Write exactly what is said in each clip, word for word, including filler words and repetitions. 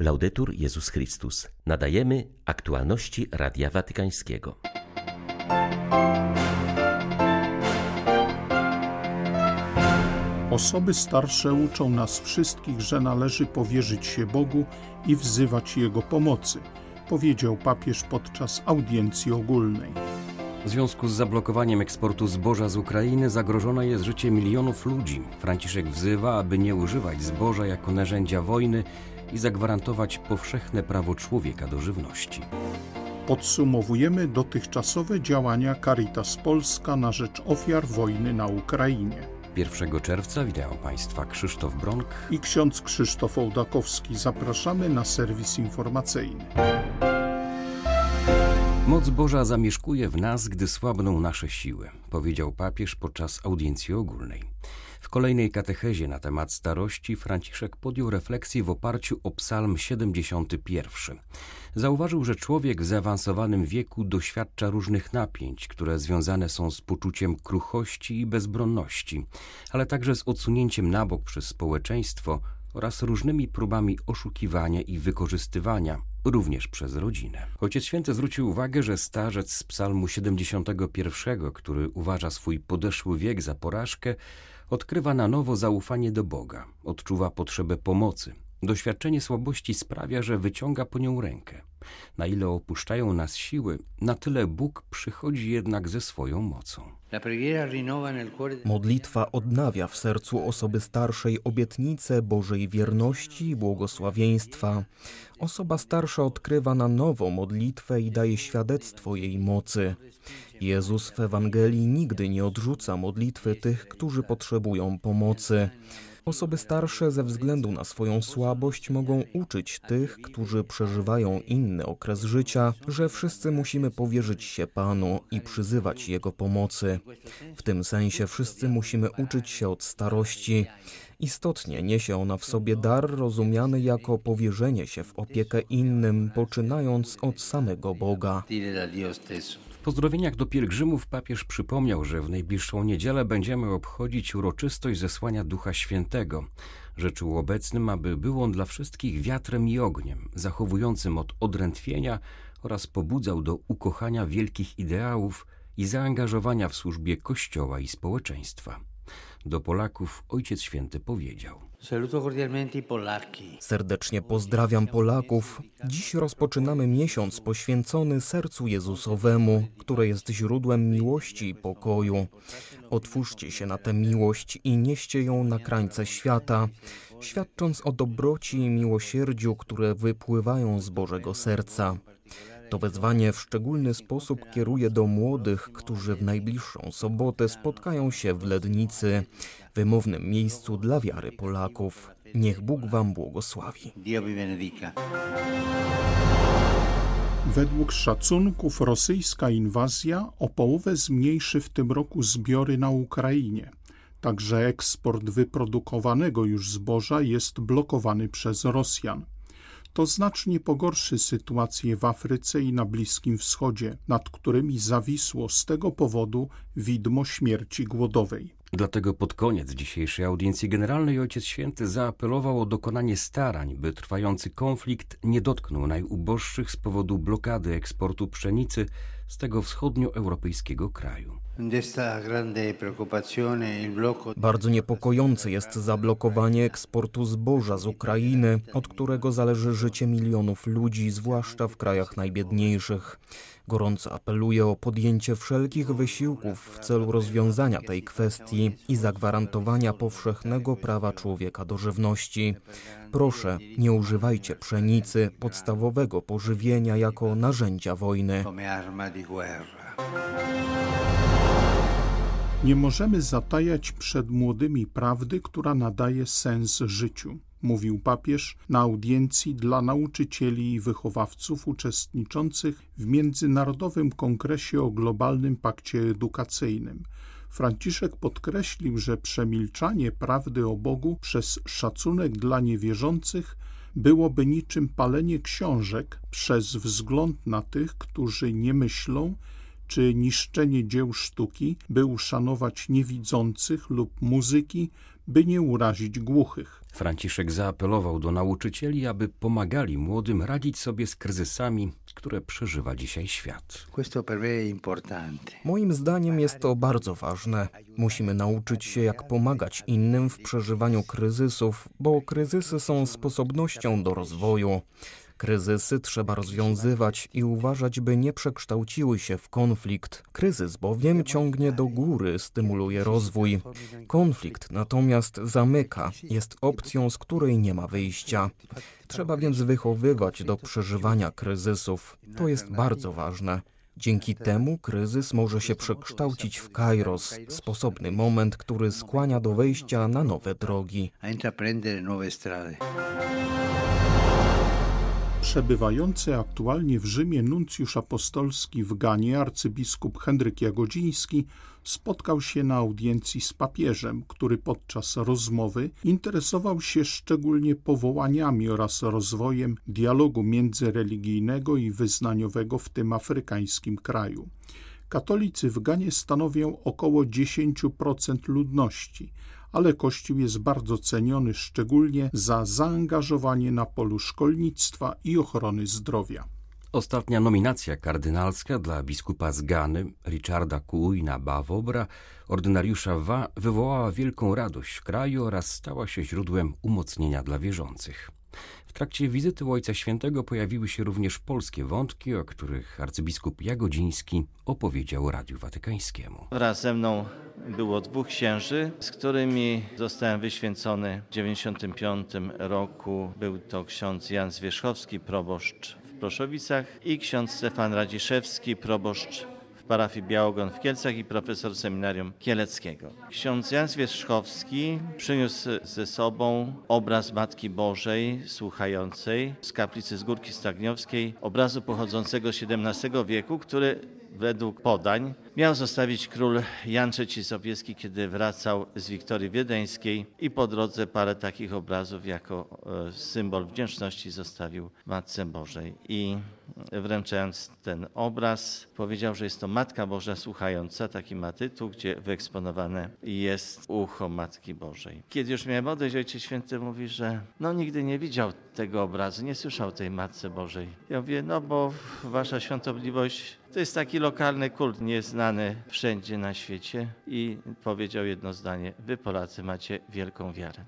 Laudetur Jezus Chrystus. Nadajemy aktualności Radia Watykańskiego. Osoby starsze uczą nas wszystkich, że należy powierzyć się Bogu i wzywać Jego pomocy, powiedział papież podczas audiencji ogólnej. W związku z zablokowaniem eksportu zboża z Ukrainy zagrożone jest życie milionów ludzi. Franciszek wzywa, aby nie używać zboża jako narzędzia wojny i zagwarantować powszechne prawo człowieka do żywności. Podsumowujemy dotychczasowe działania Caritas Polska na rzecz ofiar wojny na Ukrainie. pierwszego czerwca witają Państwa Krzysztof Bronk i ksiądz Krzysztof Ołdakowski. Zapraszamy na serwis informacyjny. Moc Boża zamieszkuje w nas, gdy słabną nasze siły, powiedział papież podczas audiencji ogólnej. W kolejnej katechezie na temat starości Franciszek podjął refleksję w oparciu o Psalm siedemdziesiąty pierwszy. Zauważył, że człowiek w zaawansowanym wieku doświadcza różnych napięć, które związane są z poczuciem kruchości i bezbronności, ale także z odsunięciem na bok przez społeczeństwo oraz różnymi próbami oszukiwania i wykorzystywania, również przez rodzinę. Ojciec Święty zwrócił uwagę, że starzec z Psalmu siedemdziesiątego pierwszego, który uważa swój podeszły wiek za porażkę, odkrywa na nowo zaufanie do Boga, odczuwa potrzebę pomocy. Doświadczenie słabości sprawia, że wyciąga po nią rękę. Na ile opuszczają nas siły, na tyle Bóg przychodzi jednak ze swoją mocą. Modlitwa odnawia w sercu osoby starszej obietnicę Bożej wierności i błogosławieństwa. Osoba starsza odkrywa na nowo modlitwę i daje świadectwo jej mocy. Jezus w Ewangelii nigdy nie odrzuca modlitwy tych, którzy potrzebują pomocy. Osoby starsze ze względu na swoją słabość mogą uczyć tych, którzy przeżywają inny okres życia, że wszyscy musimy powierzyć się Panu i przyzywać Jego pomocy. W tym sensie wszyscy musimy uczyć się od starości. Istotnie niesie ona w sobie dar rozumiany jako powierzenie się w opiekę innym, poczynając od samego Boga. W pozdrowieniach do pielgrzymów papież przypomniał, że w najbliższą niedzielę będziemy obchodzić uroczystość zesłania Ducha Świętego. Życzył obecnym, aby był on dla wszystkich wiatrem i ogniem, zachowującym od odrętwienia oraz pobudzał do ukochania wielkich ideałów i zaangażowania w służbie Kościoła i społeczeństwa. Do Polaków Ojciec Święty powiedział: Serdecznie pozdrawiam Polaków. Dziś rozpoczynamy miesiąc poświęcony sercu Jezusowemu, które jest źródłem miłości i pokoju. Otwórzcie się na tę miłość i nieście ją na krańce świata, świadcząc o dobroci i miłosierdziu, które wypływają z Bożego serca. To wezwanie w szczególny sposób kieruje do młodych, którzy w najbliższą sobotę spotkają się w Lednicy, wymownym miejscu dla wiary Polaków. Niech Bóg wam błogosławi. Według szacunków rosyjska inwazja o połowę zmniejszy w tym roku zbiory na Ukrainie. Także eksport wyprodukowanego już zboża jest blokowany przez Rosjan. To znacznie pogorszy sytuację w Afryce i na Bliskim Wschodzie, nad którymi zawisło z tego powodu widmo śmierci głodowej. Dlatego pod koniec dzisiejszej audiencji generalnej Ojciec Święty zaapelował o dokonanie starań, by trwający konflikt nie dotknął najuboższych z powodu blokady eksportu pszenicy z tego wschodnioeuropejskiego kraju. Bardzo niepokojące jest zablokowanie eksportu zboża z Ukrainy, od którego zależy życie milionów ludzi, zwłaszcza w krajach najbiedniejszych. Gorąco apeluję o podjęcie wszelkich wysiłków w celu rozwiązania tej kwestii i zagwarantowania powszechnego prawa człowieka do żywności. Proszę, nie używajcie pszenicy, podstawowego pożywienia, jako narzędzia wojny. Nie możemy zatajać przed młodymi prawdy, która nadaje sens życiu, mówił papież na audiencji dla nauczycieli i wychowawców uczestniczących w Międzynarodowym Kongresie o Globalnym Pakcie Edukacyjnym. Franciszek podkreślił, że przemilczanie prawdy o Bogu przez szacunek dla niewierzących byłoby niczym palenie książek przez wzgląd na tych, którzy nie myślą, czy niszczenie dzieł sztuki, by uszanować niewidzących, lub muzyki, by nie urazić głuchych. Franciszek zaapelował do nauczycieli, aby pomagali młodym radzić sobie z kryzysami, które przeżywa dzisiaj świat. Moim zdaniem jest to bardzo ważne. Musimy nauczyć się, jak pomagać innym w przeżywaniu kryzysów, bo kryzysy są sposobnością do rozwoju. Kryzysy trzeba rozwiązywać i uważać, by nie przekształciły się w konflikt. Kryzys bowiem ciągnie do góry, stymuluje rozwój. Konflikt natomiast zamyka, jest opcją, z której nie ma wyjścia. Trzeba więc wychowywać do przeżywania kryzysów. To jest bardzo ważne. Dzięki temu kryzys może się przekształcić w kairos, sposobny moment, który skłania do wejścia na nowe drogi. Przebywający aktualnie w Rzymie nuncjusz apostolski w Ganie arcybiskup Henryk Jagodziński spotkał się na audiencji z papieżem, który podczas rozmowy interesował się szczególnie powołaniami oraz rozwojem dialogu międzyreligijnego i wyznaniowego w tym afrykańskim kraju. Katolicy w Ganie stanowią około dziesięć procent ludności, ale Kościół jest bardzo ceniony szczególnie za zaangażowanie na polu szkolnictwa i ochrony zdrowia. Ostatnia nominacja kardynalska dla biskupa z Gany, Richarda Kuina Bawobra, ordynariusza W A, wywołała wielką radość w kraju oraz stała się źródłem umocnienia dla wierzących. W trakcie wizyty u Ojca Świętego pojawiły się również polskie wątki, o których arcybiskup Jagodziński opowiedział Radiu Watykańskiemu. Wraz ze mną było dwóch księży, z którymi zostałem wyświęcony w dziewięćdziesiątym piątym roku. Był to ksiądz Jan Zwierzchowski, proboszcz w Proszowicach, i ksiądz Stefan Radziszewski, proboszcz w parafii Białogon w Kielcach i profesor seminarium kieleckiego. Ksiądz Jan Zwierzchowski przyniósł ze sobą obraz Matki Bożej słuchającej z kaplicy z Górki Stagniowskiej, obrazu pochodzącego z siedemnastego wieku, który według podań miał zostawić król Jan trzeci Sobieski, kiedy wracał z Wiktorii Wiedeńskiej, i po drodze parę takich obrazów jako symbol wdzięczności zostawił Matce Bożej. I wręczając ten obraz powiedział, że jest to Matka Boża słuchająca, taki ma tytuł, gdzie wyeksponowane jest ucho Matki Bożej. Kiedy już miałem odejść, Ojciec Święty mówi, że no nigdy nie widział tego obrazu, nie słyszał tej Matce Bożej. Ja mówię, no bo wasza świątobliwość to jest taki lokalny kult, nieznany wszędzie na świecie, i powiedział jedno zdanie: wy Polacy macie wielką wiarę.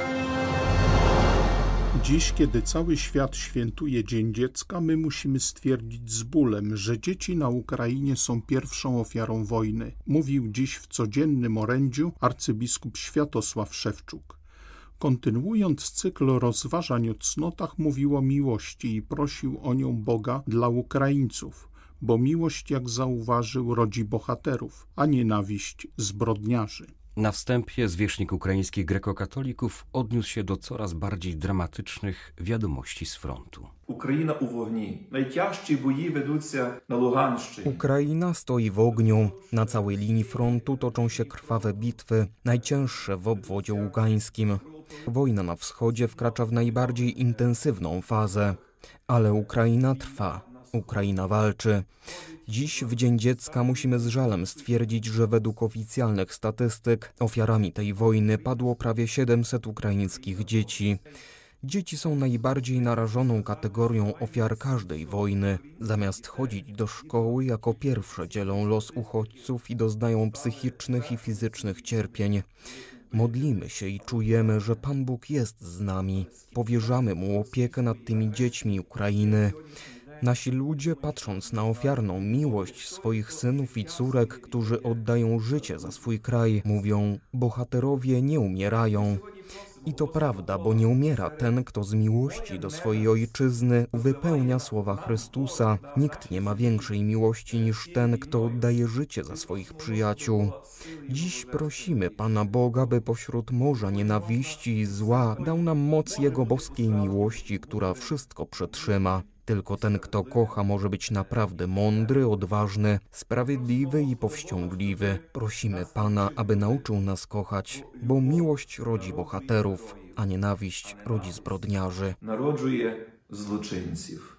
Dziś, kiedy cały świat świętuje Dzień Dziecka, my musimy stwierdzić z bólem, że dzieci na Ukrainie są pierwszą ofiarą wojny, mówił dziś w codziennym orędziu arcybiskup Światosław Szewczuk. Kontynuując cykl rozważań o cnotach, mówił o miłości i prosił o nią Boga dla Ukraińców, bo miłość, jak zauważył, rodzi bohaterów, a nienawiść zbrodniarzy. Na wstępie zwierzchnik ukraińskich grekokatolików odniósł się do coraz bardziej dramatycznych wiadomości z frontu. Ukraina u wogni. Najcięższe boje ведуться na Luganszynie. Ukraina stoi w ogniu. Na całej linii frontu toczą się krwawe bitwy, najcięższe w obwodzie ługańskim. Wojna na wschodzie wkracza w najbardziej intensywną fazę, ale Ukraina trwa. Ukraina walczy. Dziś w Dzień Dziecka musimy z żalem stwierdzić, że według oficjalnych statystyk ofiarami tej wojny padło prawie siedemset ukraińskich dzieci. Dzieci są najbardziej narażoną kategorią ofiar każdej wojny. Zamiast chodzić do szkoły, jako pierwsze dzielą los uchodźców i doznają psychicznych i fizycznych cierpień. Modlimy się i czujemy, że Pan Bóg jest z nami. Powierzamy Mu opiekę nad tymi dziećmi Ukrainy. Nasi ludzie, patrząc na ofiarną miłość swoich synów i córek, którzy oddają życie za swój kraj, mówią: bohaterowie nie umierają. I to prawda, bo nie umiera ten, kto z miłości do swojej ojczyzny wypełnia słowa Chrystusa. Nikt nie ma większej miłości niż ten, kto oddaje życie za swoich przyjaciół. Dziś prosimy Pana Boga, by pośród morza nienawiści i zła dał nam moc Jego boskiej miłości, która wszystko przetrzyma. Tylko ten, kto kocha, może być naprawdę mądry, odważny, sprawiedliwy i powściągliwy. Prosimy Pana, aby nauczył nas kochać, bo miłość rodzi bohaterów, a nienawiść rodzi zbrodniarzy. Narodzuje złoczyńców.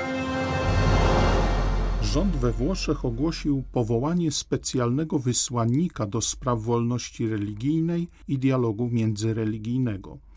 Rząd we Włoszech ogłosił powołanie specjalnego wysłannika do spraw wolności religijnej i dialogu międzyreligijnego.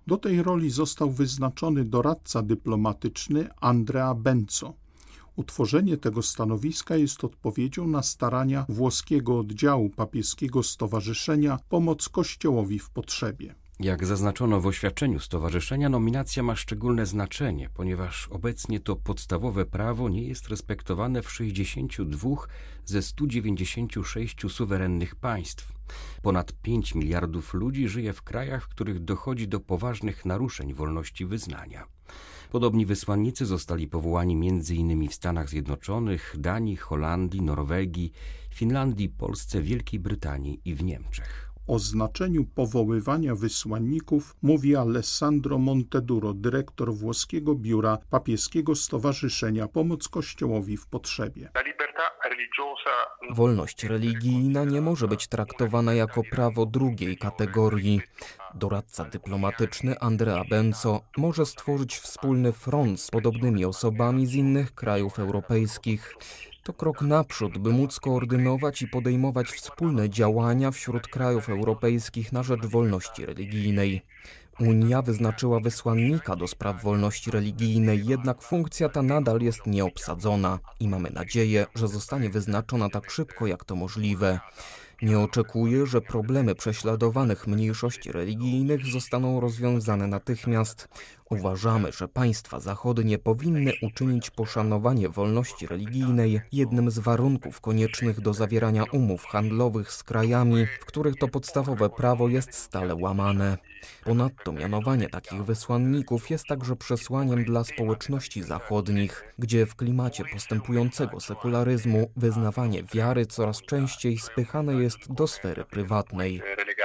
Do tej roli został wyznaczony doradca dyplomatyczny Andrea Benco. Utworzenie tego stanowiska jest odpowiedzią na starania włoskiego oddziału papieskiego stowarzyszenia Pomoc Kościołowi w Potrzebie. Jak zaznaczono w oświadczeniu stowarzyszenia, nominacja ma szczególne znaczenie, ponieważ obecnie to podstawowe prawo nie jest respektowane w sześćdziesięciu dwóch ze stu dziewięćdziesięciu sześciu suwerennych państw. Ponad pięć miliardów ludzi żyje w krajach, w których dochodzi do poważnych naruszeń wolności wyznania. Podobni wysłannicy zostali powołani między innymi w Stanach Zjednoczonych, Danii, Holandii, Norwegii, Finlandii, Polsce, Wielkiej Brytanii i w Niemczech. O znaczeniu powoływania wysłanników mówi Alessandro Monteduro, dyrektor włoskiego biura papieskiego stowarzyszenia Pomoc Kościołowi w Potrzebie. Wolność religijna nie może być traktowana jako prawo drugiej kategorii. Doradca dyplomatyczny Andrea Benco może stworzyć wspólny front z podobnymi osobami z innych krajów europejskich. To krok naprzód, by móc koordynować i podejmować wspólne działania wśród krajów europejskich na rzecz wolności religijnej. Unia wyznaczyła wysłannika do spraw wolności religijnej, jednak funkcja ta nadal jest nieobsadzona i mamy nadzieję, że zostanie wyznaczona tak szybko, jak to możliwe. Nie oczekuję, że problemy prześladowanych mniejszości religijnych zostaną rozwiązane natychmiast. Uważamy, że państwa zachodnie powinny uczynić poszanowanie wolności religijnej jednym z warunków koniecznych do zawierania umów handlowych z krajami, w których to podstawowe prawo jest stale łamane. Ponadto mianowanie takich wysłanników jest także przesłaniem dla społeczności zachodnich, gdzie w klimacie postępującego sekularyzmu wyznawanie wiary coraz częściej spychane jest do sfery prywatnej.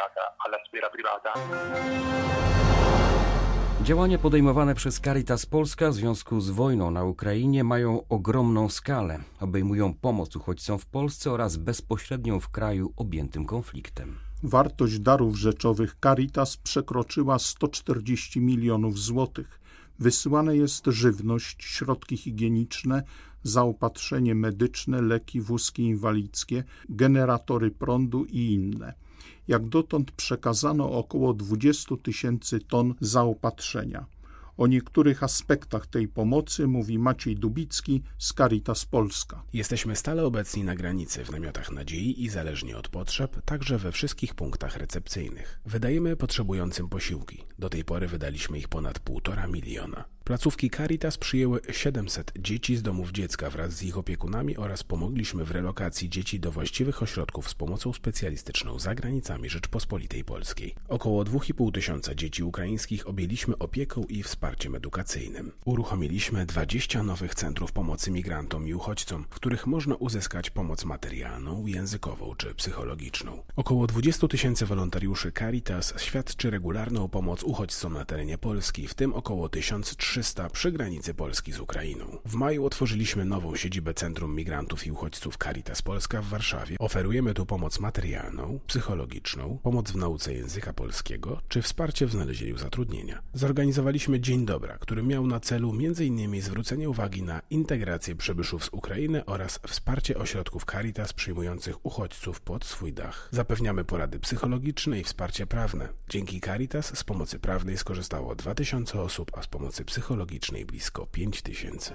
Działania podejmowane przez Caritas Polska w związku z wojną na Ukrainie mają ogromną skalę. Obejmują pomoc uchodźcom w Polsce oraz bezpośrednią w kraju objętym konfliktem. Wartość darów rzeczowych Caritas przekroczyła sto czterdzieści milionów złotych. Wysyłane jest żywność, środki higieniczne, zaopatrzenie medyczne, leki, wózki inwalidzkie, generatory prądu i inne. Jak dotąd przekazano około dwadzieścia tysięcy ton zaopatrzenia. O niektórych aspektach tej pomocy mówi Maciej Dubicki z Caritas Polska. Jesteśmy stale obecni na granicy w namiotach nadziei i zależnie od potrzeb, także we wszystkich punktach recepcyjnych. Wydajemy potrzebującym posiłki. Do tej pory wydaliśmy ich ponad półtora miliona. Placówki Caritas przyjęły siedemset dzieci z domów dziecka wraz z ich opiekunami oraz pomogliśmy w relokacji dzieci do właściwych ośrodków z pomocą specjalistyczną za granicami Rzeczpospolitej Polskiej. Około dwa i pół tysiąca dzieci ukraińskich objęliśmy opieką i wsparciem edukacyjnym. Uruchomiliśmy dwadzieścia nowych centrów pomocy migrantom i uchodźcom, w których można uzyskać pomoc materialną, językową czy psychologiczną. Około dwadzieścia tysięcy wolontariuszy Caritas świadczy regularną pomoc uchodźcom na terenie Polski, w tym około tysiąc trzysta przy granicy Polski z Ukrainą. W maju otworzyliśmy nową siedzibę Centrum Migrantów i Uchodźców Caritas Polska w Warszawie. Oferujemy tu pomoc materialną, psychologiczną, pomoc w nauce języka polskiego czy wsparcie w znalezieniu zatrudnienia. Zorganizowaliśmy Dzień Dobra, który miał na celu między innymi zwrócenie uwagi na integrację przybyszów z Ukrainy oraz wsparcie ośrodków Caritas przyjmujących uchodźców pod swój dach. Zapewniamy porady psychologiczne i wsparcie prawne. Dzięki Caritas z pomocy prawnej skorzystało dwa tysiące osób, a z pomocy psychologicznej blisko pięć tysięcy.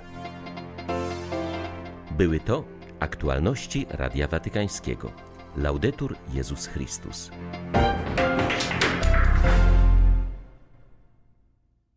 Były to aktualności Radia Watykańskiego. Laudetur Jezus Chrystus.